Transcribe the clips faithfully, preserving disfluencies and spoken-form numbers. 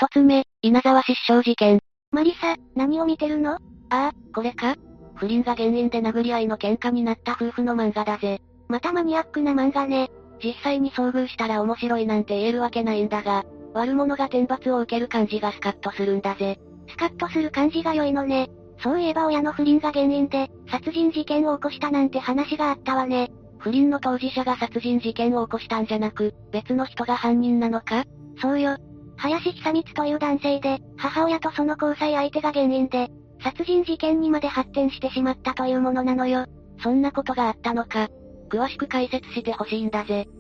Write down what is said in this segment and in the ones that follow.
一つ目、稲沢失踪事件。 マリサ、何を見てるの？ああ、これか？不倫が原因で殴り合いの喧嘩になった夫婦の漫画だぜ。 またマニアックな漫画ね。 実際に遭遇したら面白いなんて言えるわけないんだが、悪者が天罰を受ける感じがスカッとするんだぜ。 スカッとする感じが良いのね。そういえば親の不倫が原因で、殺人事件を起こしたなんて話があったわね。 不倫の当事者が殺人事件を起こしたんじゃなく、別の人が犯人なのか？ そうよ。林久光という男性で、母親とその交際相手が原因で、殺人事件にまで発展してしまったというものなのよ。 そんなことがあったのか。詳しく解説してほしいんだぜ。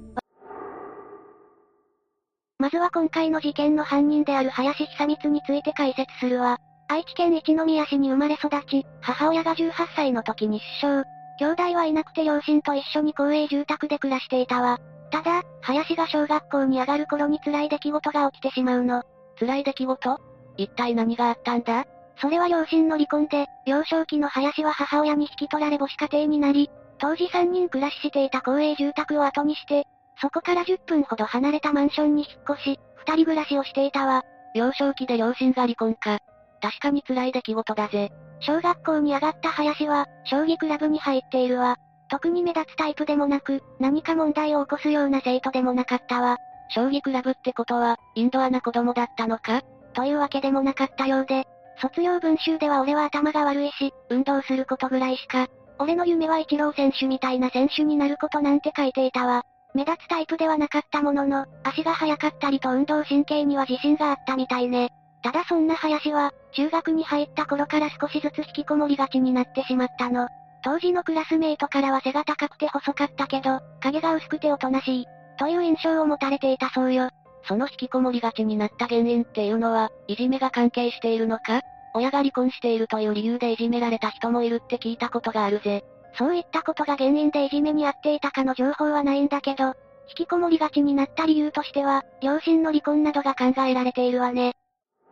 まずは今回の事件の犯人である林久光について解説するわ。愛知県一宮市に生まれ育ち、母親がじゅうはっさいの時に出生。兄弟はいなくて両親と一緒に公営住宅で暮らしていたわ。ただ、林が小学校に上がる頃に辛い出来事が起きてしまうの。 辛い出来事？一体何があったんだ？ それは両親の離婚で、幼少期の林は母親に引き取られ母子家庭になり、当時さんにん暮らししていた公営住宅を後にして、そこからじゅっぷんほど離れたマンションに引っ越し、二人暮らしをしていたわ。 幼少期で両親が離婚か。確かに辛い出来事だぜ。 小学校に上がった林は、将棋クラブに入っているわ。特に目立つタイプでもなく、何か問題を起こすような生徒でもなかったわ。 将棋クラブってことは、インドアな子供だったのか？ というわけでもなかったようで、卒業文集では俺は頭が悪いし、運動することぐらいしか、俺の夢はイチロー選手みたいな選手になることなんて書いていたわ。目立つタイプではなかったものの、足が速かったりと運動神経には自信があったみたいね。ただそんな林は、中学に入った頃から少しずつ引きこもりがちになってしまったの。当時のクラスメイトからは背が高くて細かったけど、影が薄くておとなしい、という印象を持たれていたそうよ。 その引きこもりがちになった原因っていうのは、いじめが関係しているのか？親が離婚しているという理由でいじめられた人もいるって聞いたことがあるぜ。 そういったことが原因でいじめに遭っていたかの情報はないんだけど、引きこもりがちになった理由としては、両親の離婚などが考えられているわね。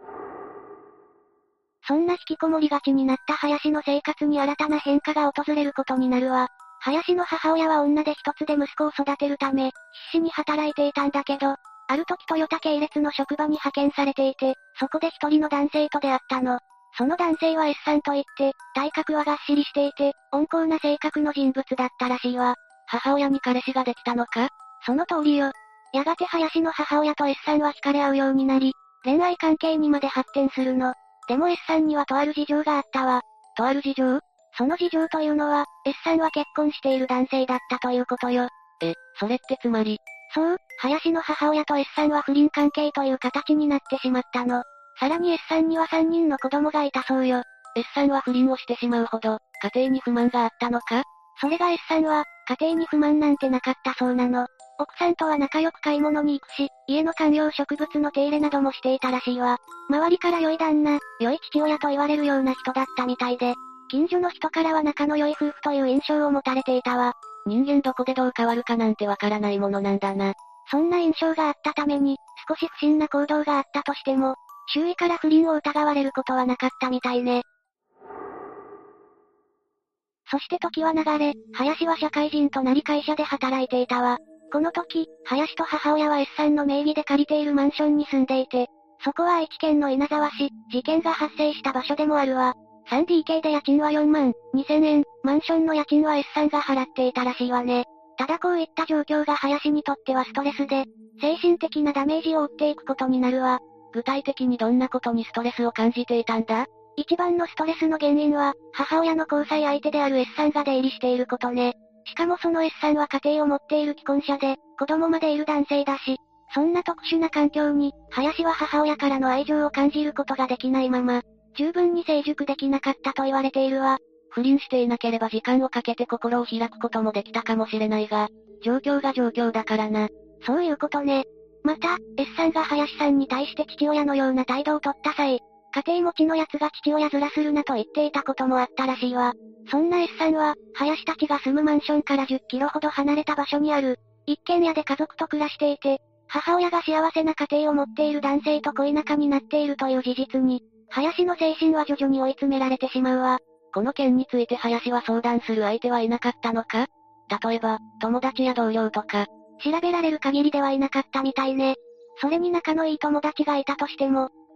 そんな引きこもりがちになった林の生活に新たな変化が訪れることになるわ。林の母親は女で一つで息子を育てるため、必死に働いていたんだけど、ある時トヨタ系列の職場に派遣されていて、そこで一人の男性と出会ったの。その男性は S さんといって、体格はがっしりしていて、温厚な性格の人物だったらしいわ。 母親に彼氏ができたのか？ その通りよ。やがて林の母親と S さんは惹かれ合うようになり、恋愛関係にまで発展するの。でも S さんにはとある事情があったわ。 とある事情？ その事情というのは、S さんは結婚している男性だったということよ。 え、それってつまり？ そう、林の母親と S さんは不倫関係という形になってしまったの。さらに S さんにはさんにんの子供がいたそうよ。 S さんは不倫をしてしまうほど、家庭に不満があったのか？ それが S さんは、家庭に不満なんてなかったそうなの。奥さんとは仲良く買い物に行くし、家の観葉植物の手入れなどもしていたらしいわ。周りから良い旦那、良い父親と言われるような人だったみたいで、近所の人からは仲の良い夫婦という印象を持たれていたわ。 人間どこでどう変わるかなんてわからないものなんだな。 そんな印象があったために、少し不審な行動があったとしても、周囲から不倫を疑われることはなかったみたいね。そして時は流れ、林は社会人となり会社で働いていたわ。この時、林と母親は S さんの名義で借りているマンションに住んでいて、そこは愛知県の稲沢市、事件が発生した場所でもあるわ。スリーディーケー で家賃はよんまんにせんえん、マンションの家賃は S さんが払っていたらしいわね。ただこういった状況が林にとってはストレスで、精神的なダメージを負っていくことになるわ。 具体的にどんなことにストレスを感じていたんだ？ 一番のストレスの原因は、母親の交際相手である S さんが出入りしていることね。しかもその S さんは家庭を持っている既婚者で、子供までいる男性だし、そんな特殊な環境に、林は母親からの愛情を感じることができないまま、十分に成熟できなかったと言われているわ。 不倫していなければ時間をかけて心を開くこともできたかもしれないが、状況が状況だからな。 そういうことね。また、S さんが林さんに対して父親のような態度を取った際、家庭持ちの奴が父親面するなと言っていたこともあったらしいわ。そんな S さんは、林たちが住むマンションからじゅっキロほど離れた場所にある、一軒家で家族と暮らしていて、母親が幸せな家庭を持っている男性と恋仲になっているという事実に、林の精神は徐々に追い詰められてしまうわ。 この件について林は相談する相手はいなかったのか？例えば、友達や同僚とか。 調べられる限りではいなかったみたいね。それに仲のいい友達がいたとしても、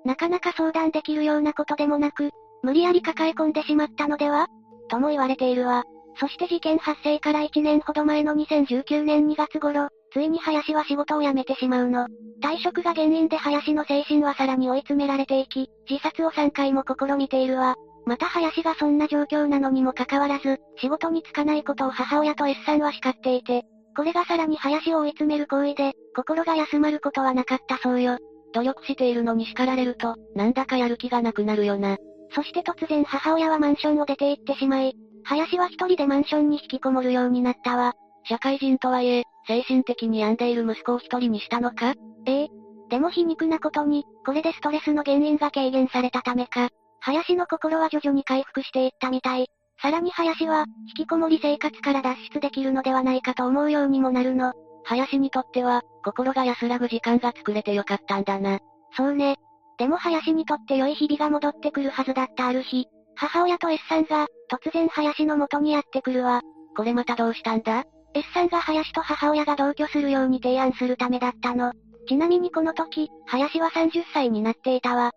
なかなか相談できるようなことでもなく、無理やり抱え込んでしまったのではとも言われているわ。そして事件発生からいちねんほど前のにせんじゅうきゅうねんにがつ頃、ついに林は仕事を辞めてしまうの。退職が原因で林の精神はさらに追い詰められていき、自殺をさんかいも試みているわ。また林がそんな状況なのにもかかわらず、仕事に就かないことを母親と S さんは叱っていて、これがさらに林を追い詰める行為で、心が休まることはなかったそうよ。 努力しているのに叱られると、なんだかやる気がなくなるよな。 そして突然母親はマンションを出て行ってしまい、林は一人でマンションに引きこもるようになったわ。 社会人とはいえ、精神的に病んでいる息子を一人にしたのか？ ええ。でも皮肉なことに、これでストレスの原因が軽減されたためか、林の心は徐々に回復していったみたい。さらに林は、引きこもり生活から脱出できるのではないかと思うようにもなるの。 林にとっては、心が安らぐ時間が作れてよかったんだな。 そうね。でも林にとって良い日々が戻ってくるはずだったある日、母親と S さんが、突然林の元にやってくるわ。 これまたどうしたんだ？ S さんが林と母親が同居するように提案するためだったの。ちなみにこの時、林はさんじゅっさいになっていたわ。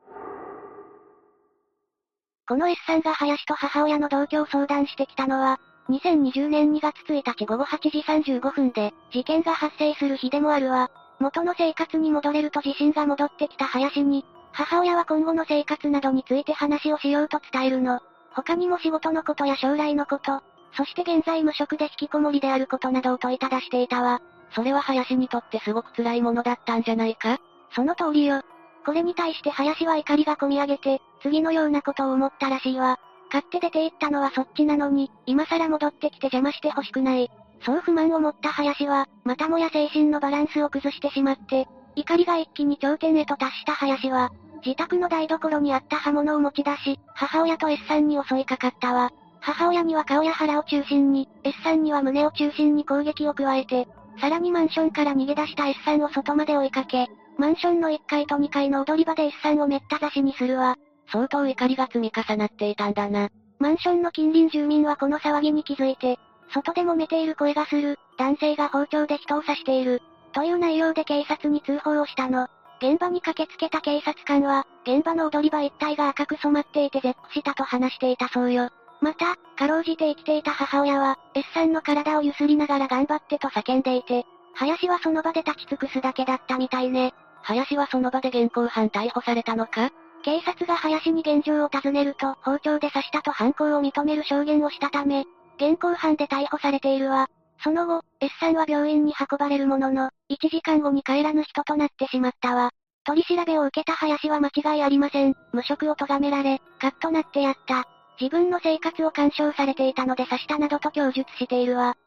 この S さんが林と母親の同居を相談してきたのは、にせんにじゅうねんにがつついたちごごはちじさんじゅうごふんで、事件が発生する日でもあるわ。元の生活に戻れると自信が戻ってきた林に、母親は今後の生活などについて話をしようと伝えるの。他にも仕事のことや将来のこと、そして現在無職で引きこもりであることなどを問いただしていたわ。 それは林にとってすごく辛いものだったんじゃないか？ その通りよ。これに対して林は怒りがこみ上げて、次のようなことを思ったらしいわ。買って出て行ったのはそっちなのに、今更戻ってきて邪魔してほしくない。そう不満を持った林は、またもや精神のバランスを崩してしまって、怒りが一気に頂点へと達した林は、自宅の台所にあった刃物を持ち出し、母親と S さんに襲いかかったわ。母親には顔や腹を中心に、S さんには胸を中心に攻撃を加えて、さらにマンションから逃げ出した S さんを外まで追いかけ、マンションのいっかいとにかいの踊り場で S さんをめった刺しにするわ。 相当怒りが積み重なっていたんだな。 マンションの近隣住民はこの騒ぎに気づいて、外で揉めている声がする、男性が包丁で人を刺している、という内容で警察に通報をしたの。現場に駆けつけた警察官は、現場の踊り場一帯が赤く染まっていて絶句したと話していたそうよ。また、かろうじて生きていた母親は、S さんの体をゆすりながら頑張ってと叫んでいて、林はその場で立ち尽くすだけだったみたいね。 林はその場で現行犯逮捕されたのか？ 警察が林に現状を尋ねると、包丁で刺したと犯行を認める証言をしたため、現行犯で逮捕されているわ。その後、S さんは病院に運ばれるものの、いちじかんごに帰らぬ人となってしまったわ。取り調べを受けた林は間違いありません。無職を咎められ、カッとなってやった。自分の生活を干渉されていたので刺したなどと供述しているわ。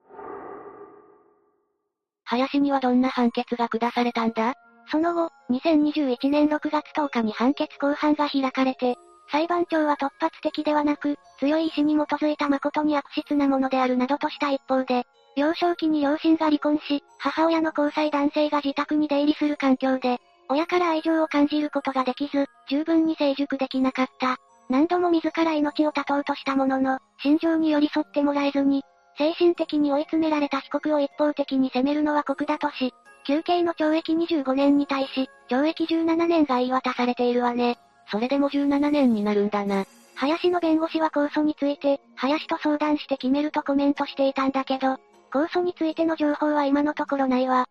林にはどんな判決が下されたんだ？ その後、にせんにじゅういちねんろくがつとおかに判決公判が開かれて、裁判長は突発的ではなく、強い意志に基づいた誠に悪質なものであるなどとした一方で、幼少期に両親が離婚し、母親の交際男性が自宅に出入りする環境で、親から愛情を感じることができず、十分に成熟できなかった。何度も自ら命を絶とうとしたものの、心情に寄り添ってもらえずに、精神的に追い詰められた被告を一方的に責めるのは酷だとし、求刑の懲役にじゅうごねんに対し、懲役じゅうななねんが言い渡されているわね。 それでもじゅうななねんになるんだな。 林の弁護士は控訴について、林と相談して決めるとコメントしていたんだけど、控訴についての情報は今のところないわ。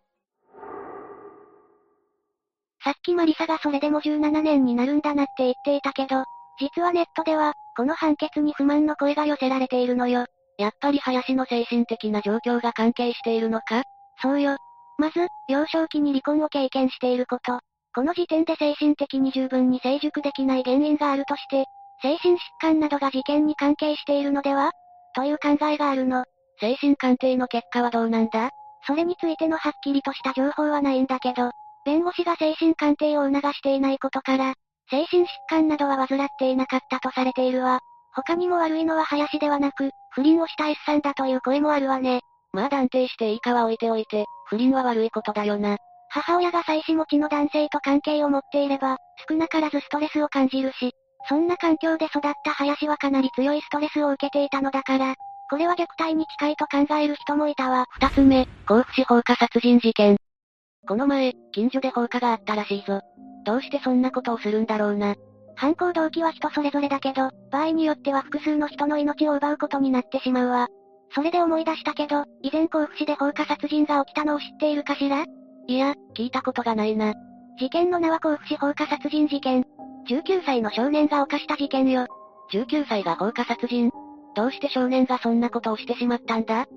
さっきマリサがそれでもじゅうななねんになるんだなって言っていたけど、実はネットでは、この判決に不満の声が寄せられているのよ。 やっぱり林の精神的な状況が関係しているのか？ そうよ。まず、幼少期に離婚を経験していること。この時点で精神的に十分に成熟できない原因があるとして、精神疾患などが事件に関係しているのではという考えがあるの。 精神鑑定の結果はどうなんだ？ それについてのはっきりとした情報はないんだけど、弁護士が精神鑑定を促していないことから、精神疾患などは患っていなかったとされているわ。他にも悪いのは林ではなく、不倫をした S さんだという声もあるわね。 まあ断定していいかは置いておいて、不倫は悪いことだよな。 母親が妻子持ちの男性と関係を持っていれば、少なからずストレスを感じるし、そんな環境で育った林はかなり強いストレスを受けていたのだから、これは虐待に近いと考える人もいたわ。 二つ目、甲府市放火殺人事件。この前、近所で放火があったらしいぞ。 どうしてそんなことをするんだろうな。 犯行動機は人それぞれだけど、場合によっては複数の人の命を奪うことになってしまうわ。それで思い出したけど、以前甲府市で放火殺人が起きたのを知っているかしら？ いや、聞いたことがないな。 事件の名は甲府市放火殺人事件。じゅうきゅうさいの少年が犯した事件よ。 じゅうきゅうさいが放火殺人？どうして少年がそんなことをしてしまったんだ？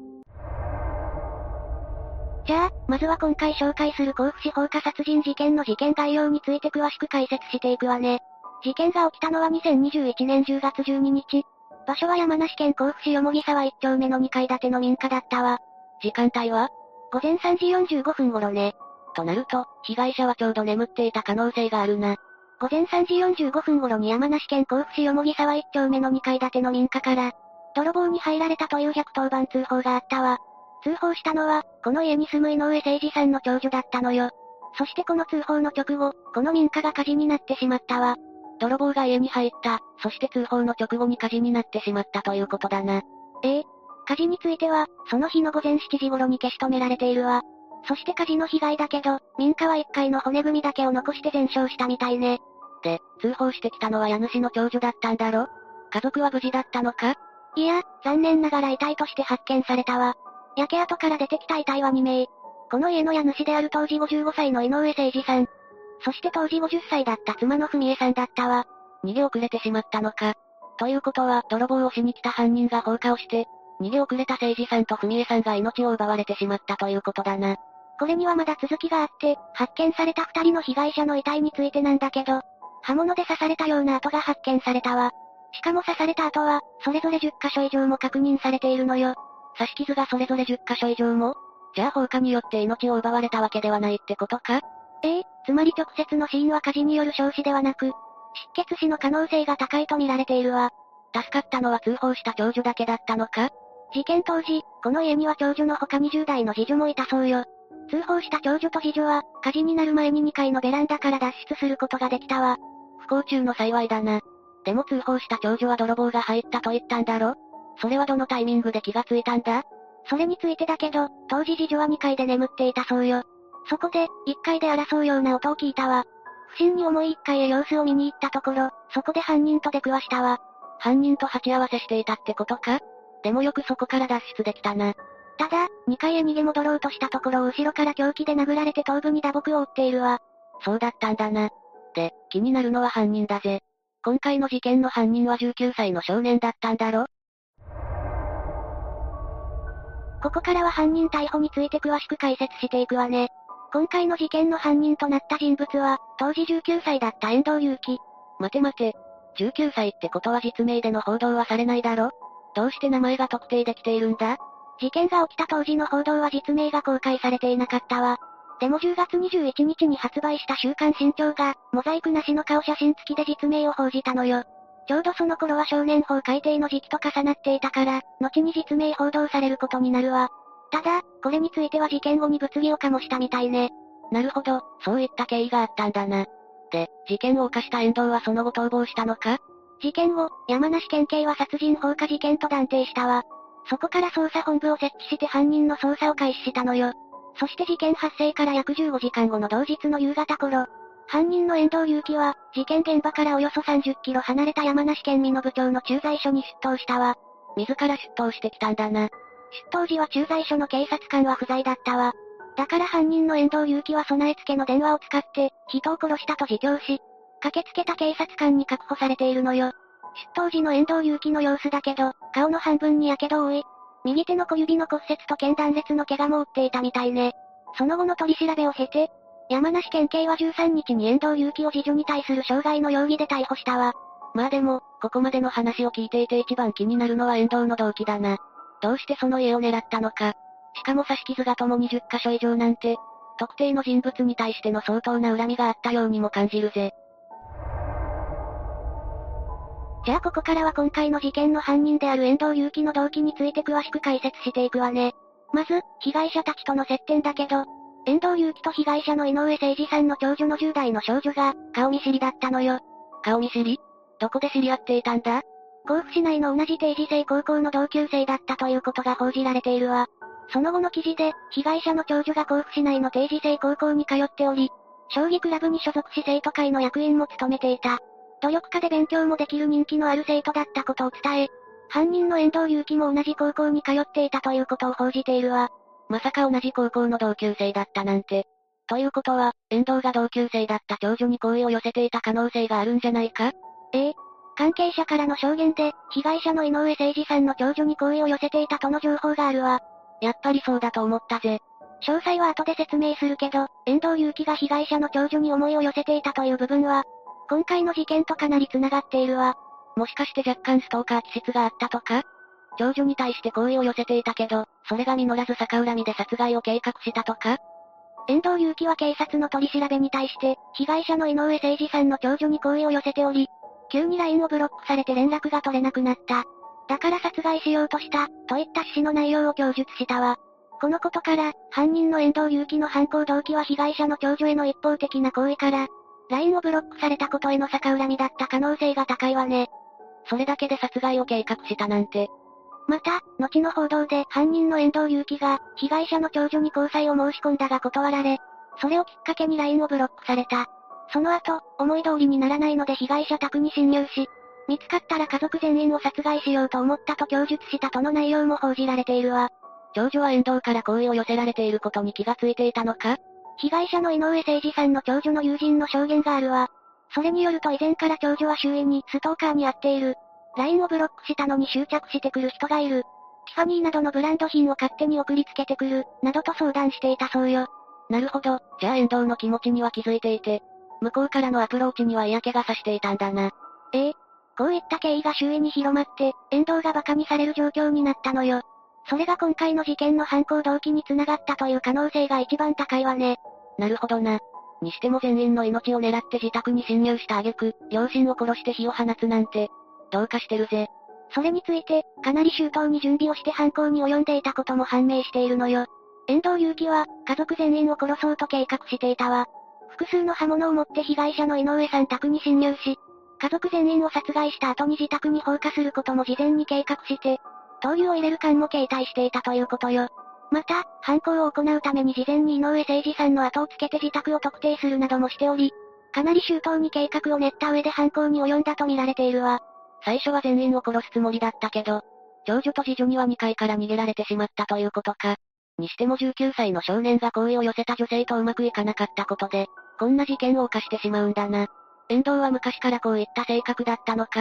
じゃあ、まずは今回紹介する甲府市放火殺人事件の事件概要について詳しく解説していくわね。事件が起きたのはにせんにじゅういちねんじゅうがつじゅうににち。場所は山梨県甲府市蓬沢いっちょうめのにかい建ての民家だったわ。 時間帯は午前さんじよんじゅうごふん頃ね。 となると、被害者はちょうど眠っていた可能性があるな。 午前さんじよんじゅうごふん頃に山梨県甲府市蓬沢いっちょうめのにかい建ての民家から、泥棒に入られたというひゃくとおばん通報があったわ。通報したのは、この家に住む井上誠二さんの長女だったのよ。そしてこの通報の直後、この民家が火事になってしまったわ。 泥棒が家に入った、そして通報の直後に火事になってしまったということだな。 ええ。火事については、その日の午前しちじ頃に消し止められているわ。そして火事の被害だけど、民家はいっかいの骨組みだけを残して全焼したみたいね。 で、通報してきたのは家主の長女だったんだろ？家族は無事だったのか？ いや、残念ながら遺体として発見されたわ。焼け跡から出てきた遺体はにめい。この家の家主である当時ごじゅうごさいの井上誠二さん。そして当時ごじゅっさいだった妻の文江さんだったわ。 逃げ遅れてしまったのか。ということは、泥棒をしに来た犯人が放火をして、逃げ遅れた誠二さんと文江さんが命を奪われてしまったということだな。 これにはまだ続きがあって、発見された二人の被害者の遺体についてなんだけど、刃物で刺されたような跡が発見されたわ。しかも刺された跡は、それぞれじゅっかしょ以上も確認されているのよ。 刺し傷がそれぞれじゅっかしょ以上も？じゃあ放火によって命を奪われたわけではないってことか？ ええ、つまり直接の死因は火事による焼死ではなく、失血死の可能性が高いと見られているわ。 助かったのは通報した長女だけだったのか？ 事件当時、この家には長女の他にじゅうだいの次女もいたそうよ。通報した長女と次女は、火事になる前ににかいのベランダから脱出することができたわ。 不幸中の幸いだな。でも通報した長女は泥棒が入ったと言ったんだろ？それはどのタイミングで気がついたんだ？ それについてだけど、当時次女はにかいで眠っていたそうよ。そこで、いっかいで争うような音を聞いたわ。不審に思いいっかいへ様子を見に行ったところ、そこで犯人と出くわしたわ。 犯人と鉢合わせしていたってことか？でもよくそこから脱出できたな。 ただ、にかいへ逃げ戻ろうとしたところを後ろから凶器で殴られて頭部に打撲を負っているわ。 そうだったんだな。で、気になるのは犯人だぜ。今回の事件の犯人はじゅうきゅうさいの少年だったんだろ？ ここからは犯人逮捕について詳しく解説していくわね。今回の事件の犯人となった人物は、当時じゅうきゅうさいだった遠藤祐樹。 待て待て。じゅうきゅうさいってことは実名での報道はされないだろ？どうして名前が特定できているんだ？ 事件が起きた当時の報道は実名が公開されていなかったわ。でもじゅうがつにじゅういちにちに発売した週刊新潮が、モザイクなしの顔写真付きで実名を報じたのよ。ちょうどその頃は少年法改定の時期と重なっていたから、後に実名報道されることになるわ。ただ、これについては事件後に物議を醸したみたいね。 なるほど、そういった経緯があったんだな。で、事件を犯した遠藤はその後逃亡したのか？ 事件後、山梨県警は殺人放火事件と断定したわ。そこから捜査本部を設置して犯人の捜査を開始したのよ。そして事件発生から約じゅうごじかんごの同日の夕方頃、犯人の遠藤祐樹は、事件現場からおよそさんじゅっキロ離れた山梨県身延町の駐在所に出頭したわ。 自ら出頭してきたんだな。 出頭時は駐在所の警察官は不在だったわ。だから犯人の遠藤祐樹は備え付けの電話を使って、人を殺したと自供し、駆けつけた警察官に確保されているのよ。出頭時の遠藤祐樹の様子だけど、顔の半分に火傷を負い、右手の小指の骨折と腱断裂の怪我も負っていたみたいね。その後の取り調べを経て、山梨県警はじゅうさんにちに遠藤祐樹を次女に対する傷害の容疑で逮捕したわ。 まあでも、ここまでの話を聞いていて一番気になるのは遠藤の動機だな。どうしてその家を狙ったのか。しかも刺し傷が共にじゅっかしょ以上なんて、特定の人物に対しての相当な恨みがあったようにも感じるぜ。 じゃあここからは今回の事件の犯人である遠藤祐樹の動機について詳しく解説していくわね。まず、被害者たちとの接点だけど、遠藤祐樹と被害者の井上誠二さんの長女のじゅうだいの少女が、顔見知りだったのよ。 顔見知り？どこで知り合っていたんだ？ 甲府市内の同じ定時制高校の同級生だったということが報じられているわ。その後の記事で、被害者の長女が甲府市内の定時制高校に通っており、 将棋クラブに所属し生徒会の役員も務めていた。努力家で勉強もできる人気のある生徒だったことを伝え、犯人の遠藤祐樹も同じ高校に通っていたということを報じているわ。 まさか同じ高校の同級生だったなんて。ということは、遠藤が同級生だった長女に好意を寄せていた可能性があるんじゃないか？ ええ。関係者からの証言で、被害者の井上誠司さんの長女に好意を寄せていたとの情報があるわ。 やっぱりそうだと思ったぜ。 詳細は後で説明するけど、遠藤祐樹が被害者の長女に思いを寄せていたという部分は、今回の事件とかなり繋がっているわ。 もしかして若干ストーカー気質があったとか？長女に対して好意を寄せていたけど、それが実らず逆恨みで殺害を計画したとか？ 遠藤祐樹は警察の取り調べに対して、被害者の井上誠司さんの長女に好意を寄せており、急に ライン をブロックされて連絡が取れなくなった。だから殺害しようとした、といった趣旨の内容を供述したわ。このことから、犯人の遠藤祐樹の犯行動機は被害者の長女への一方的な行為から、ライン をブロックされたことへの逆恨みだった可能性が高いわね。 それだけで殺害を計画したなんて。 また、後の報道で犯人の遠藤祐樹が、被害者の長女に交際を申し込んだが断られ、それをきっかけに ライン をブロックされた。その後、思い通りにならないので被害者宅に侵入し、見つかったら家族全員を殺害しようと思ったと供述したとの内容も報じられているわ。 長女は遠藤から好意を寄せられていることに気がついていたのか？ 被害者の井上誠司さんの長女の友人の証言があるわ。それによると以前から長女は周囲にストーカーに遭っている。ライン をブロックしたのに執着してくる人がいる。ティファニーなどのブランド品を勝手に送りつけてくる、などと相談していたそうよ。 なるほど、じゃあ遠藤の気持ちには気づいていて、向こうからのアプローチには嫌気がさしていたんだな。 ええ。こういった経緯が周囲に広まって、遠藤が馬鹿にされる状況になったのよ。それが今回の事件の犯行動機に繋がったという可能性が一番高いわね。 なるほどな。にしても全員の命を狙って自宅に侵入した挙句、両親を殺して火を放つなんて、どうかしてるぜ。 それについて、かなり周到に準備をして犯行に及んでいたことも判明しているのよ。遠藤祐樹は、家族全員を殺そうと計画していたわ。複数の刃物を持って被害者の井上さん宅に侵入し、家族全員を殺害した後に自宅に放火することも事前に計画して、灯油を入れる缶も携帯していたということよ。また、犯行を行うために事前に井上誠司さんの後をつけて自宅を特定するなどもしており、かなり周到に計画を練った上で犯行に及んだと見られているわ。 最初は全員を殺すつもりだったけど、長女と次女にはにかいから逃げられてしまったということか。にしてもじゅうきゅうさいの少年が好意を寄せた女性とうまくいかなかったことで、こんな事件を犯してしまうんだな。遠藤は昔からこういった性格だったのか？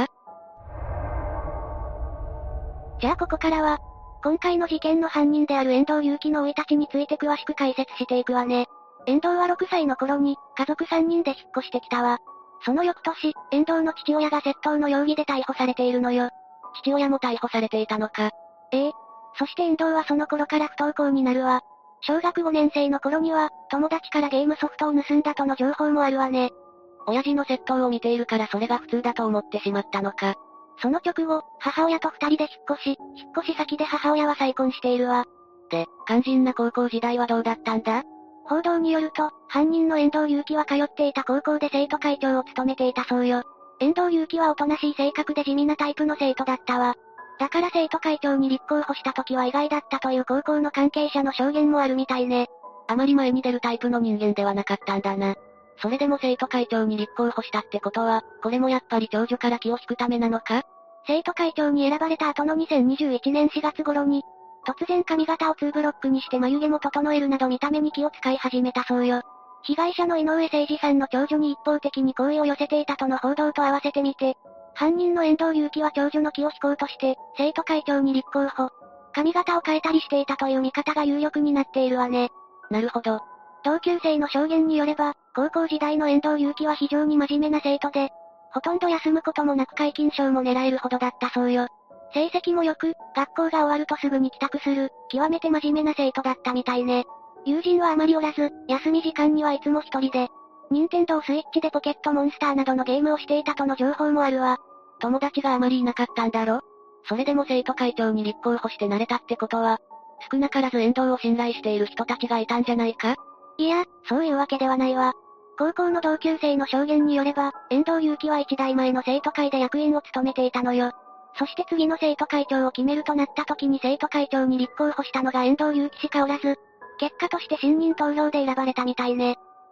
じゃあここからは、今回の事件の犯人である遠藤祐樹の生い立ちについて詳しく解説していくわね。遠藤はろくさいの頃に、家族さんにんで引っ越してきたわ。その翌年、遠藤の父親が窃盗の容疑で逮捕されているのよ。 父親も逮捕されていたのか。 ええ。そして遠藤はその頃から不登校になるわ。小学ごねん生の頃には、友達からゲームソフトを盗んだとの情報もあるわね。 親父の窃盗を見ているからそれが普通だと思ってしまったのか。 その直後、母親と二人で引っ越し、引っ越し先で母親は再婚しているわ。 で、肝心な高校時代はどうだったんだ？ 報道によると、犯人の遠藤祐樹は通っていた高校で生徒会長を務めていたそうよ。遠藤祐樹はおとなしい性格で地味なタイプの生徒だったわ。だから生徒会長に立候補した時は意外だったという高校の関係者の証言もあるみたいね。 あまり前に出るタイプの人間ではなかったんだな。それでも生徒会長に立候補したってことは、これもやっぱり長女から気を引くためなのか？ 生徒会長に選ばれた後のにせんにじゅういちねんしがつ頃に、突然髪型をツーブロックにして眉毛も整えるなど見た目に気を使い始めたそうよ。被害者の井上誠司さんの長女に一方的に好意を寄せていたとの報道と合わせてみて、犯人の遠藤祐樹は長女の気を引こうとして、生徒会長に立候補。髪型を変えたりしていたという見方が有力になっているわね。 なるほど。 同級生の証言によれば、高校時代の遠藤祐樹は非常に真面目な生徒で、ほとんど休むこともなく皆勤賞も狙えるほどだったそうよ。成績も良く、学校が終わるとすぐに帰宅する、極めて真面目な生徒だったみたいね。友人はあまりおらず、休み時間にはいつも一人で、任天堂スイッチでポケットモンスターなどのゲームをしていたとの情報もあるわ。 友達があまりいなかったんだろ？それでも生徒会長に立候補してなれたってことは、少なからず遠藤を信頼している人たちがいたんじゃないか？ いや、そういうわけではないわ。高校の同級生の証言によれば、遠藤祐樹は一代前の生徒会で役員を務めていたのよ。そして次の生徒会長を決めるとなった時に生徒会長に立候補したのが遠藤祐樹しかおらず、結果として信任投票で選ばれたみたいね。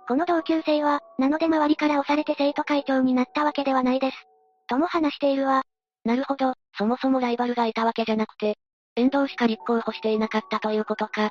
この同級生は、なので周りから押されて生徒会長になったわけではないです。とも話しているわ。 なるほど、そもそもライバルがいたわけじゃなくて、遠藤しか立候補していなかったということか。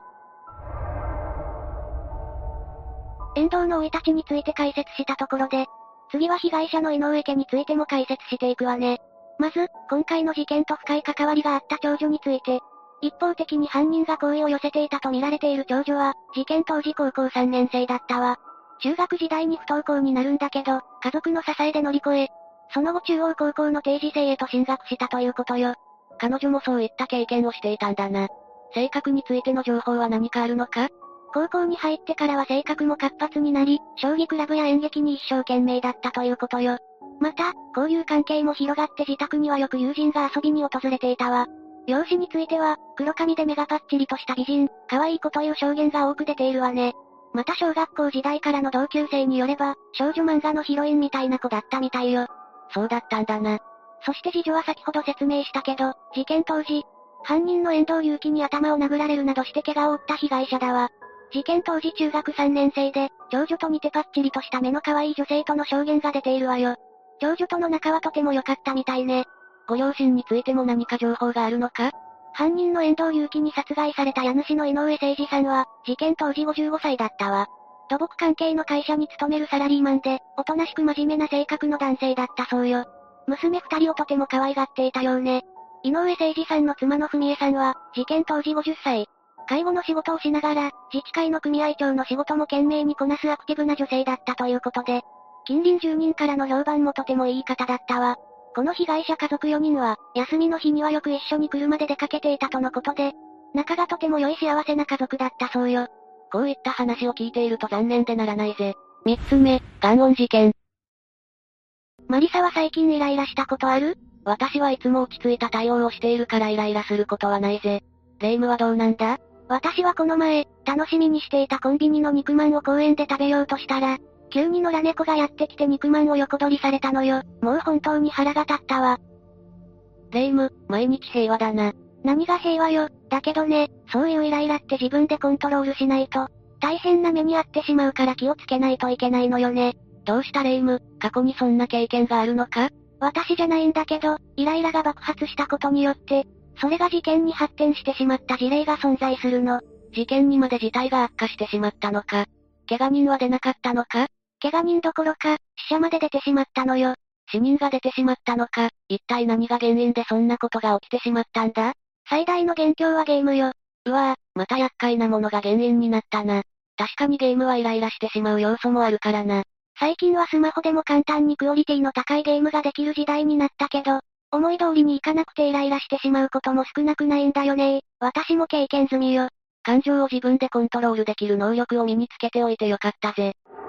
遠藤の生い立ちについて解説したところで、次は被害者の井上家についても解説していくわね。まず、今回の事件と深い関わりがあった長女について、一方的に犯人が好意を寄せていたと見られている長女は、事件当時高校さんねん生だったわ。中学時代に不登校になるんだけど、家族の支えで乗り越え、その後中央高校の定時制へと進学したということよ。 彼女もそういった経験をしていたんだな。性格についての情報は何かあるのか？ 高校に入ってからは性格も活発になり、将棋クラブや演劇に一生懸命だったということよ。また、交友関係も広がって自宅にはよく友人が遊びに訪れていたわ。容姿については、黒髪で目がパッチリとした美人、可愛い子という証言が多く出ているわね。また小学校時代からの同級生によれば、少女漫画のヒロインみたいな子だったみたいよ。 そうだったんだな。 そして次女は先ほど説明したけど、事件当時、犯人の遠藤祐樹に頭を殴られるなどして怪我を負った被害者だわ。事件当時中学さんねん生で、長女と似てパッチリとした目の可愛い女性との証言が出ているわよ。長女との仲はとても良かったみたいね。 ご両親についても何か情報があるのか？ 犯人の遠藤祐樹に殺害された家主の井上誠二さんは、事件当時ごじゅうごさいだったわ。土木関係の会社に勤めるサラリーマンで、おとなしく真面目な性格の男性だったそうよ。娘二人をとても可愛がっていたようね。井上誠二さんの妻の文江さんは、事件当時ごじゅっさい。介護の仕事をしながら、自治会の組合長の仕事も懸命にこなすアクティブな女性だったということで、近隣住人からの評判もとてもいい方だったわ。この被害者家族よにんは、休みの日にはよく一緒に車で出かけていたとのことで、仲がとても良い幸せな家族だったそうよ。 こういった話を聞いていると残念でならないぜ。三つ目、ガンオン事件。 マリサは最近イライラしたことある？ 私はいつも落ち着いた対応をしているからイライラすることはないぜ。レイムはどうなんだ？ 私はこの前、楽しみにしていたコンビニの肉まんを公園で食べようとしたら、急に野良猫がやってきて肉まんを横取りされたのよ。もう本当に腹が立ったわ。 レイム、毎日平和だな。 何が平和よ。だけどね、そういうイライラって自分でコントロールしないと、大変な目に遭ってしまうから気をつけないといけないのよね。 どうしたレイム、過去にそんな経験があるのか？ 私じゃないんだけど、イライラが爆発したことによって、それが事件に発展してしまった事例が存在するの。 事件にまで事態が悪化してしまったのか。怪我人は出なかったのか？ 怪我人どころか、死者まで出てしまったのよ。 死人が出てしまったのか、一体何が原因でそんなことが起きてしまったんだ？ 最大の元凶はゲームよ。 うわぁ、また厄介なものが原因になったな。確かにゲームはイライラしてしまう要素もあるからな。 最近はスマホでも簡単にクオリティの高いゲームができる時代になったけど、思い通りにいかなくてイライラしてしまうことも少なくないんだよね。私も経験済みよ。 感情を自分でコントロールできる能力を身につけておいてよかったぜ。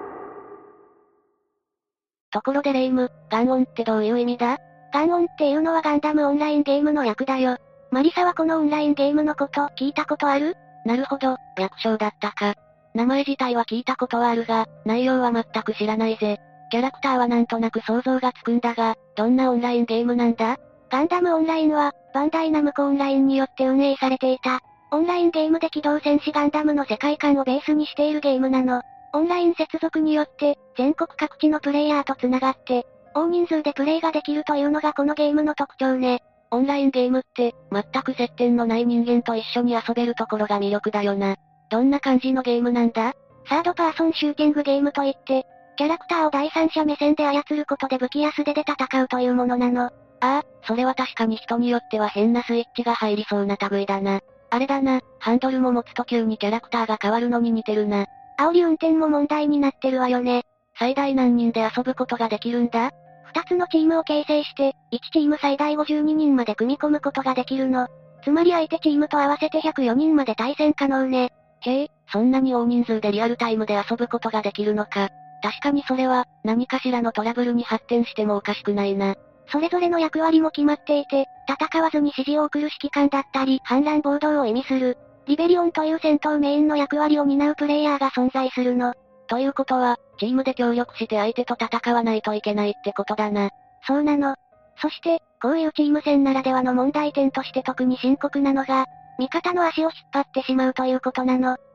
ところでレイム、ガンオンってどういう意味だ？ ガンオンっていうのはガンダムオンラインゲームの略だよ。マリサはこのオンラインゲームのこと聞いたことある？ なるほど、略称だったか。名前自体は聞いたことはあるが、内容は全く知らないぜ。キャラクターはなんとなく想像がつくんだが、どんなオンラインゲームなんだ？ ガンダムオンラインは、バンダイナムコオンラインによって運営されていた、オンラインゲームで機動戦士ガンダムの世界観をベースにしているゲームなの。オンライン接続によって、全国各地のプレイヤーと繋がって、大人数でプレイができるというのがこのゲームの特徴ね。 オンラインゲームって、全く接点のない人間と一緒に遊べるところが魅力だよな。どんな感じのゲームなんだ？ サードパーソンシューティングゲームといって、キャラクターを第三者目線で操ることで武器や素手で戦うというものなの。 ああ、それは確かに人によっては変なスイッチが入りそうな類だな。あれだな、ハンドルも持つと急にキャラクターが変わるのに似てるな。 煽り運転も問題になってるわよね。 最大何人で遊ぶことができるんだ？ 二つのチームを形成して、いちチーム最大ごじゅうににんまで組み込むことができるの。つまり相手チームと合わせてひゃくよにんまで対戦可能ね。 へえ、そんなに大人数でリアルタイムで遊ぶことができるのか。確かにそれは、何かしらのトラブルに発展してもおかしくないな。 それぞれの役割も決まっていて、戦わずに指示を送る指揮官だったり、反乱暴動を意味する、リベリオンという戦闘メインの役割を担うプレイヤーが存在するの。 ということは、チームで協力して相手と戦わないといけないってことだな。 そうなの。そして、こういうチーム戦ならではの問題点として特に深刻なのが、味方の足を引っ張ってしまうということなの。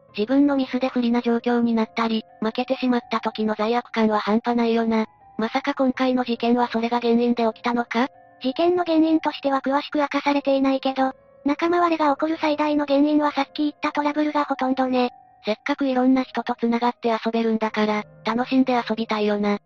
自分のミスで不利な状況になったり、負けてしまった時の罪悪感は半端ないよな。まさか今回の事件はそれが原因で起きたのか？ 事件の原因としては詳しく明かされていないけど、仲間割れが起こる最大の原因はさっき言ったトラブルがほとんどね。 せっかくいろんな人と繋がって遊べるんだから、楽しんで遊びたいよな。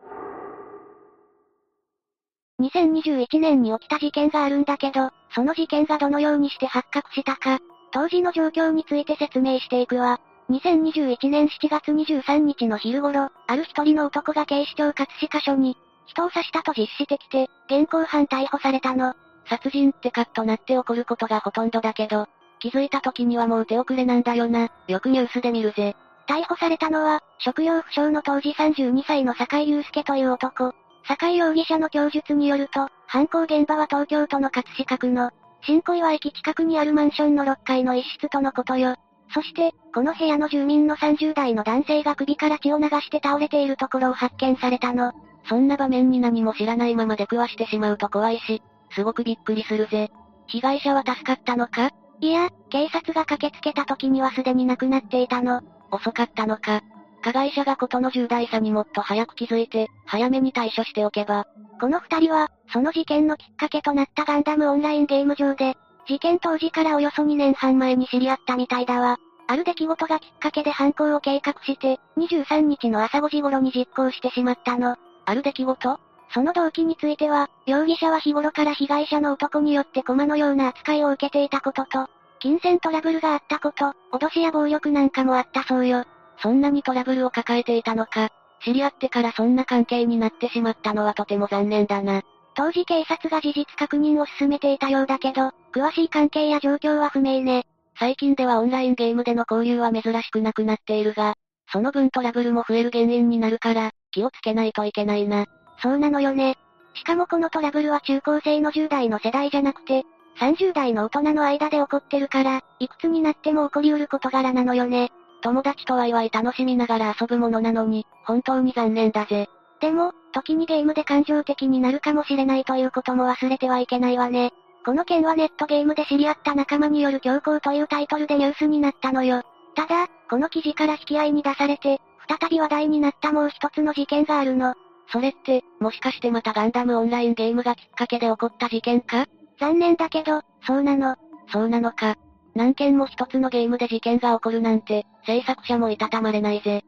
にせんにじゅういちねんに起きた事件があるんだけど、その事件がどのようにして発覚したか、当時の状況について説明していくわ。にせんにじゅういちねんしちがつにじゅうさんにちの昼頃、ある一人の男が警視庁葛飾署に、人を刺したと実施してきて、現行犯逮捕されたの。 殺人ってカッとなって起こることがほとんどだけど、気づいた時にはもう手遅れなんだよな。よくニュースで見るぜ。 逮捕されたのは、職業不詳の当時さんじゅうにさいの坂井祐介という男。坂井容疑者の供述によると、犯行現場は東京都の葛飾区の、新小岩駅近くにあるマンションのろっかいの一室とのことよ。そして、この部屋の住民のさんじゅうだいの男性が首から血を流して倒れているところを発見されたの。 そんな場面に何も知らないまま出くわしてしまうと怖いし、すごくびっくりするぜ。被害者は助かったのか？ いや、警察が駆けつけた時にはすでに亡くなっていたの。 遅かったのか。加害者が事の重大さにもっと早く気づいて、早めに対処しておけば。 この二人は、その事件のきっかけとなったガンダムオンラインゲーム上で、事件当時からおよそにねんはん前に知り合ったみたいだわ。ある出来事がきっかけで犯行を計画して、にじゅうさんにちの朝ごじ頃に実行してしまったの。 ある出来事？ その動機については、容疑者は日頃から被害者の男によって駒のような扱いを受けていたことと、金銭トラブルがあったこと、脅しや暴力なんかもあったそうよ。 そんなにトラブルを抱えていたのか。知り合ってからそんな関係になってしまったのはとても残念だな。 当時警察が事実確認を進めていたようだけど、詳しい関係や状況は不明ね。 最近ではオンラインゲームでの交流は珍しくなくなっているが、その分トラブルも増える原因になるから、気をつけないといけないな。 そうなのよね。しかもこのトラブルは中高生のじゅうだいの世代じゃなくて、さんじゅうだいの大人の間で起こってるから、いくつになっても起こりうる事柄なのよね。 友達とワイワイ楽しみながら遊ぶものなのに、本当に残念だぜ。 でも、時にゲームで感情的になるかもしれないということも忘れてはいけないわね。この件はネットゲームで知り合った仲間による強行というタイトルでニュースになったのよ。ただ、この記事から引き合いに出されて、再び話題になったもう一つの事件があるの。 それって、もしかしてまたガンダムオンラインゲームがきっかけで起こった事件か？ 残念だけど、そうなの。 そうなのか。何件も一つのゲームで事件が起こるなんて、制作者もいたたまれないぜ。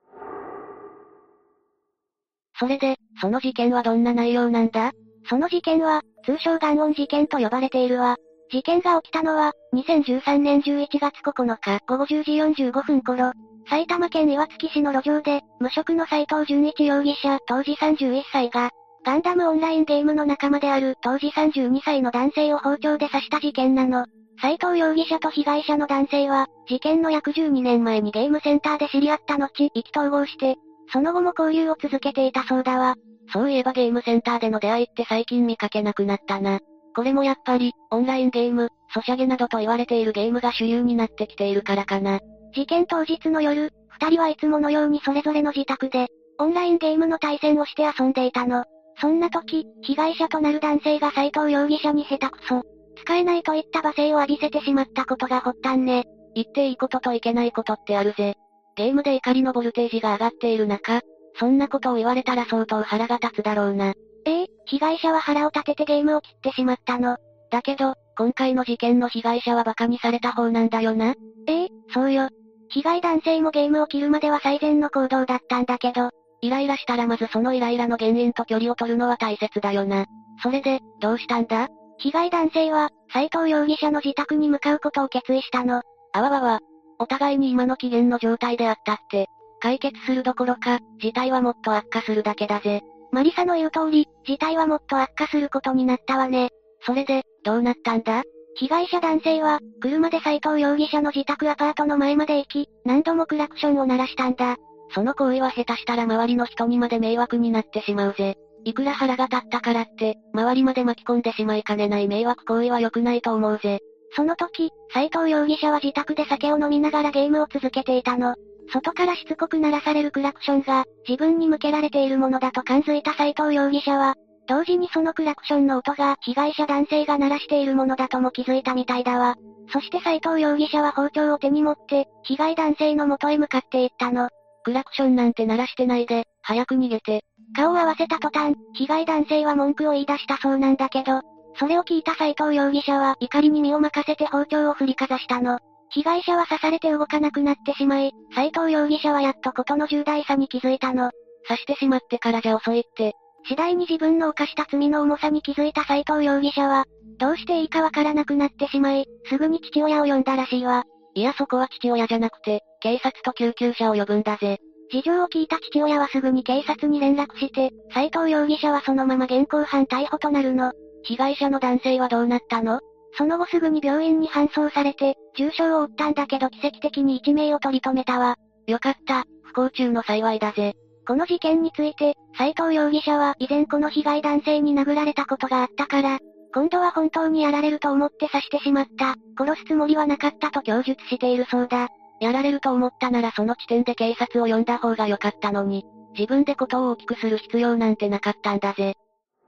それで、その事件はどんな内容なんだ？ その事件は、通称ガンオン事件と呼ばれているわ。事件が起きたのは、にせんじゅうさんねんじゅういちがつここのかごごじゅうじよんじゅうごふん頃、埼玉県岩槻市の路上で、無職の斉藤純一容疑者当時さんじゅういっさいが、ガンダムオンラインゲームの仲間である当時さんじゅうにさいの男性を包丁で刺した事件なの。斉藤容疑者と被害者の男性は、事件の約じゅうにねんまえにゲームセンターで知り合った後、意気投合して、その後も交流を続けていたそうだわ。 そういえばゲームセンターでの出会いって最近見かけなくなったな。これもやっぱり、オンラインゲーム、ソシャゲなどと言われているゲームが主流になってきているからかな。 事件当日の夜、二人はいつものようにそれぞれの自宅で、オンラインゲームの対戦をして遊んでいたの。そんな時、被害者となる男性が斉藤容疑者に下手くそ、使えないといった罵声を浴びせてしまったことが発端ね。 言っていいことといけないことってあるぜ。ゲームで怒りのボルテージが上がっている中、そんなことを言われたら相当腹が立つだろうな。 ええ、被害者は腹を立ててゲームを切ってしまったの。 だけど、今回の事件の被害者は馬鹿にされた方なんだよな。 ええ、そうよ。被害男性もゲームを切るまでは最善の行動だったんだけど、 イライラしたらまずそのイライラの原因と距離を取るのは大切だよな。それで、どうしたんだ？ 被害男性は、斉藤容疑者の自宅に向かうことを決意したの。 あわわわ。お互いに今の機嫌の状態であったって、解決するどころか、事態はもっと悪化するだけだぜ。 マリサの言う通り、事態はもっと悪化することになったわね。 それで、どうなったんだ？ 被害者男性は、車で斉藤容疑者の自宅アパートの前まで行き、何度もクラクションを鳴らしたんだ。 その行為は下手したら周りの人にまで迷惑になってしまうぜ。いくら腹が立ったからって、周りまで巻き込んでしまいかねない迷惑行為は良くないと思うぜ。 その時、斉藤容疑者は自宅で酒を飲みながらゲームを続けていたの。外からしつこく鳴らされるクラクションが、自分に向けられているものだと感づいた斉藤容疑者は、 同時にそのクラクションの音が被害者男性が鳴らしているものだとも気づいたみたいだわ。そして斉藤容疑者は包丁を手に持って、被害男性の元へ向かっていったの。 クラクションなんて鳴らしてないで、早く逃げて。 顔を合わせた途端、被害男性は文句を言い出したそうなんだけど、それを聞いた斉藤容疑者は怒りに身を任せて包丁を振りかざしたの。被害者は刺されて動かなくなってしまい、斉藤容疑者はやっと事の重大さに気づいたの。 刺してしまってからじゃ遅いって。 次第に自分の犯した罪の重さに気づいた斉藤容疑者は、どうしていいかわからなくなってしまい、すぐに父親を呼んだらしいわ。 いやそこは父親じゃなくて、警察と救急車を呼ぶんだぜ。 事情を聞いた父親はすぐに警察に連絡して、斉藤容疑者はそのまま現行犯逮捕となるの。 被害者の男性はどうなったの？ その後すぐに病院に搬送されて、重傷を負ったんだけど奇跡的に一命を取り留めたわ。 よかった、不幸中の幸いだぜ。 この事件について、斉藤容疑者は以前この被害男性に殴られたことがあったから、今度は本当にやられると思って刺してしまった、殺すつもりはなかったと供述しているそうだ。 やられると思ったならその時点で警察を呼んだ方が良かったのに、自分でことを大きくする必要なんてなかったんだぜ。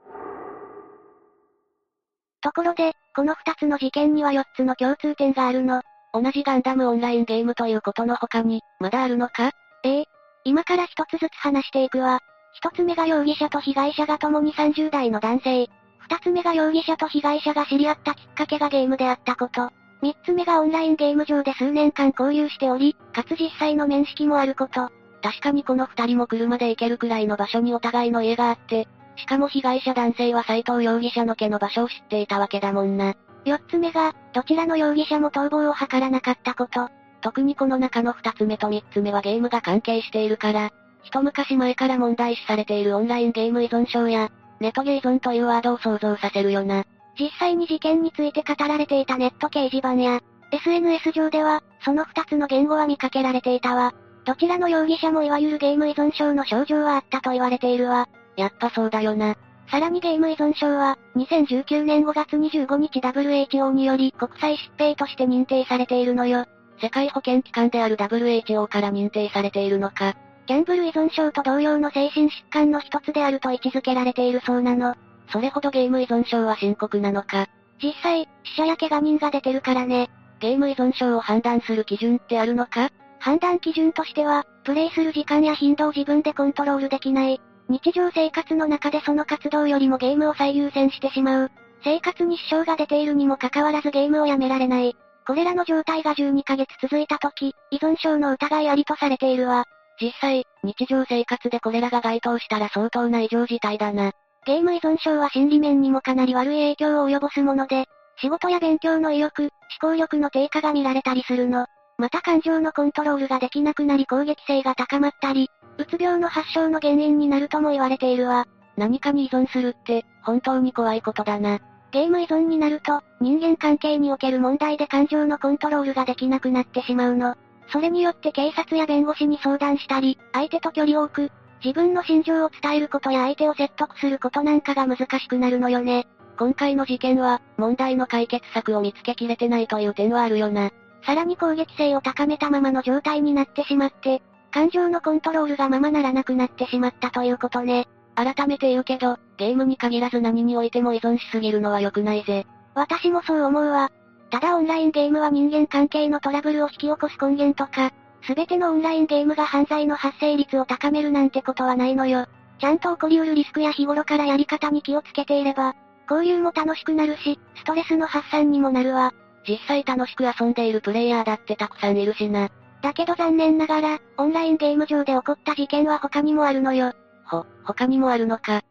ところで、この二つの事件にはよっつの共通点があるの。 同じガンダムオンラインゲームということの他に、まだあるのか？ ええ。今から一つずつ話していくわ。一つ目が容疑者と被害者が共にさんじゅう代の男性。二つ目が容疑者と被害者が知り合ったきっかけがゲームであったこと。三つ目がオンラインゲーム上で数年間交流しており、かつ実際の面識もあること。 確かにこの二人も車で行けるくらいの場所にお互いの家があって、しかも被害者男性は斉藤容疑者の家の場所を知っていたわけだもんな。 四つ目が、どちらの容疑者も逃亡を図らなかったこと。 特にこの中の二つ目と三つ目はゲームが関係しているから、一昔前から問題視されているオンラインゲーム依存症や、ネトゲ依存というワードを想像させるよな。 実際に事件について語られていたネット掲示板や、エスエヌエス 上では、その二つの言語は見かけられていたわ。どちらの容疑者もいわゆるゲーム依存症の症状はあったと言われているわ。 やっぱそうだよな。 さらにゲーム依存症は、にせんじゅうきゅうねんごがつにじゅうごにち ダブリューエイチオー により国際疾病として認定されているのよ。 世界保健機関である ダブリューエイチオー から認定されているのか。 ギャンブル依存症と同様の精神疾患の一つであると位置づけられているそうなの。 それほどゲーム依存症は深刻なのか。 実際、死者や怪我人が出てるからね。 ゲーム依存症を判断する基準ってあるのか？ 判断基準としては、プレイする時間や頻度を自分でコントロールできない。日常生活の中でその活動よりもゲームを最優先してしまう。生活に支障が出ているにもかかわらずゲームをやめられない。これらの状態がじゅうにかげつ続いた時、依存症の疑いありとされているわ。 実際、日常生活でこれらが該当したら相当な異常事態だな。 ゲーム依存症は心理面にもかなり悪い影響を及ぼすもので、仕事や勉強の意欲、思考力の低下が見られたりするの。また感情のコントロールができなくなり攻撃性が高まったり、うつ病の発症の原因になるとも言われているわ。 何かに依存するって、本当に怖いことだな。 ゲーム依存になると、人間関係における問題で感情のコントロールができなくなってしまうの。それによって警察や弁護士に相談したり、相手と距離を置く、自分の心情を伝えることや相手を説得することなんかが難しくなるのよね。 今回の事件は、問題の解決策を見つけきれてないという点はあるよな。 さらに攻撃性を高めたままの状態になってしまって、感情のコントロールがままならなくなってしまったということね。 改めて言うけど、ゲームに限らず何においても依存しすぎるのは良くないぜ。 私もそう思うわ。ただオンラインゲームは人間関係のトラブルを引き起こす根源とか、すべてのオンラインゲームが犯罪の発生率を高めるなんてことはないのよ。ちゃんと起こりうるリスクや日頃からやり方に気をつけていれば、交流も楽しくなるし、ストレスの発散にもなるわ。 実際楽しく遊んでいるプレイヤーだってたくさんいるしな。 だけど残念ながら、オンラインゲーム上で起こった事件は他にもあるのよ。 ほ、他にもあるのか。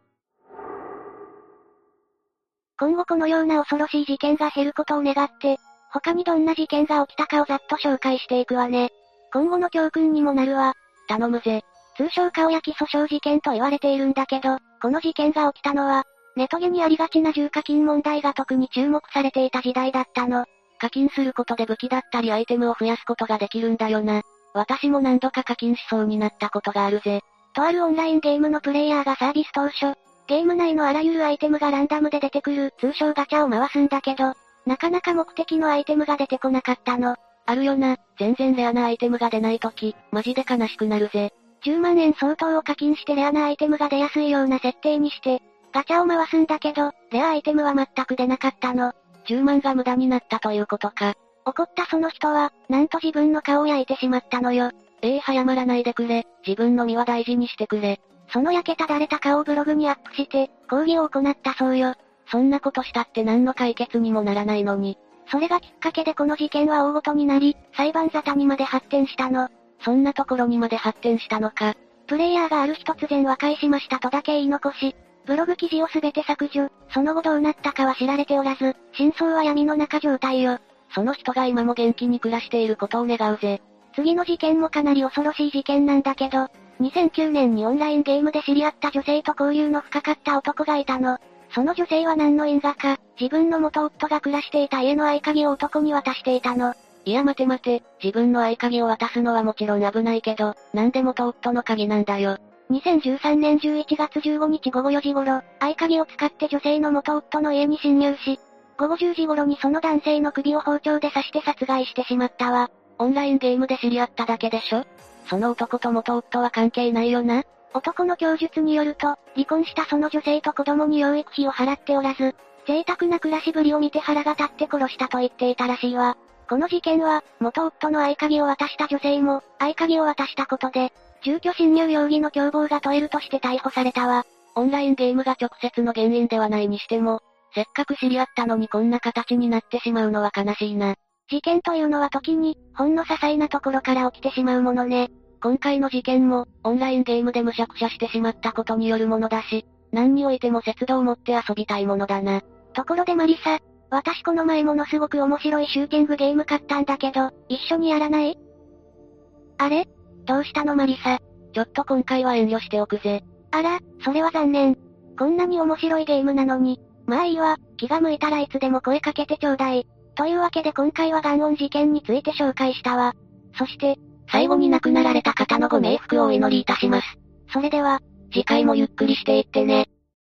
今後このような恐ろしい事件が減ることを願って、他にどんな事件が起きたかをざっと紹介していくわね。今後の教訓にもなるわ。 頼むぜ。 通称顔焼き訴訟事件と言われているんだけど、この事件が起きたのは、ネトゲにありがちな重課金問題が特に注目されていた時代だったの。 課金することで武器だったりアイテムを増やすことができるんだよな。私も何度か課金しそうになったことがあるぜ。 とあるオンラインゲームのプレイヤーがサービス当初、ゲーム内のあらゆるアイテムがランダムで出てくる通称ガチャを回すんだけど、なかなか目的のアイテムが出てこなかったの。 あるよな、全然レアなアイテムが出ないとき、マジで悲しくなるぜ。 じゅうまんえん相当を課金してレアなアイテムが出やすいような設定にして、 ガチャを回すんだけど、レアアイテムは全く出なかったの。 じゅうまんが無駄になったということか。 怒ったその人は、なんと自分の顔を焼いてしまったのよ。 ええー、早まらないでくれ、自分の身は大事にしてくれ。 その焼けただれた顔をブログにアップして、抗議を行ったそうよ。 そんなことしたって何の解決にもならないのに。 それがきっかけでこの事件は大ごとになり、裁判沙汰にまで発展したの。 そんなところにまで発展したのか。 プレイヤーがある日突然和解しましたとだけ言い残し、ブログ記事をすべて削除、その後どうなったかは知られておらず、真相は闇の中状態よ。 その人が今も元気に暮らしていることを願うぜ。 次の事件もかなり恐ろしい事件なんだけど、にせんきゅうねんにオンラインゲームで知り合った女性と交流の深かった男がいたの。その女性は何の因果か、自分の元夫が暮らしていた家の合鍵を男に渡していたの。 いや待て待て、自分の合鍵を渡すのはもちろん危ないけど、なんで元夫の鍵なんだよ。 にせんじゅうさんねんじゅういちがつじゅうごにちごごよじ頃、合鍵を使って女性の元夫の家に侵入し、ごごじゅうじ頃にその男性の首を包丁で刺して殺害してしまったわ。 オンラインゲームで知り合っただけでしょ？その男と元夫は関係ないよな？ 男の供述によると、離婚したその女性と子供に養育費を払っておらず、贅沢な暮らしぶりを見て腹が立って殺したと言っていたらしいわ。この事件は、元夫の合鍵を渡した女性も、合鍵を渡したことで、住居侵入容疑の共謀が問えるとして逮捕されたわ。 オンラインゲームが直接の原因ではないにしても、せっかく知り合ったのにこんな形になってしまうのは悲しいな。 事件というのは時に、ほんの些細なところから起きてしまうものね。 今回の事件も、オンラインゲームでむしゃくしゃしてしまったことによるものだし、何においても節度を持って遊びたいものだな。 ところでマリサ、私この前ものすごく面白いシューティングゲーム買ったんだけど、一緒にやらない？あれ？どうしたのマリサ？ ちょっと今回は遠慮しておくぜ。 あら、それは残念。こんなに面白いゲームなのに。まあいいわ、気が向いたらいつでも声かけてちょうだい。というわけで今回はガンオン事件について紹介したわ。そして、 最後に亡くなられた方のご冥福をお祈りいたします。 それでは、 次回もゆっくりしていってね。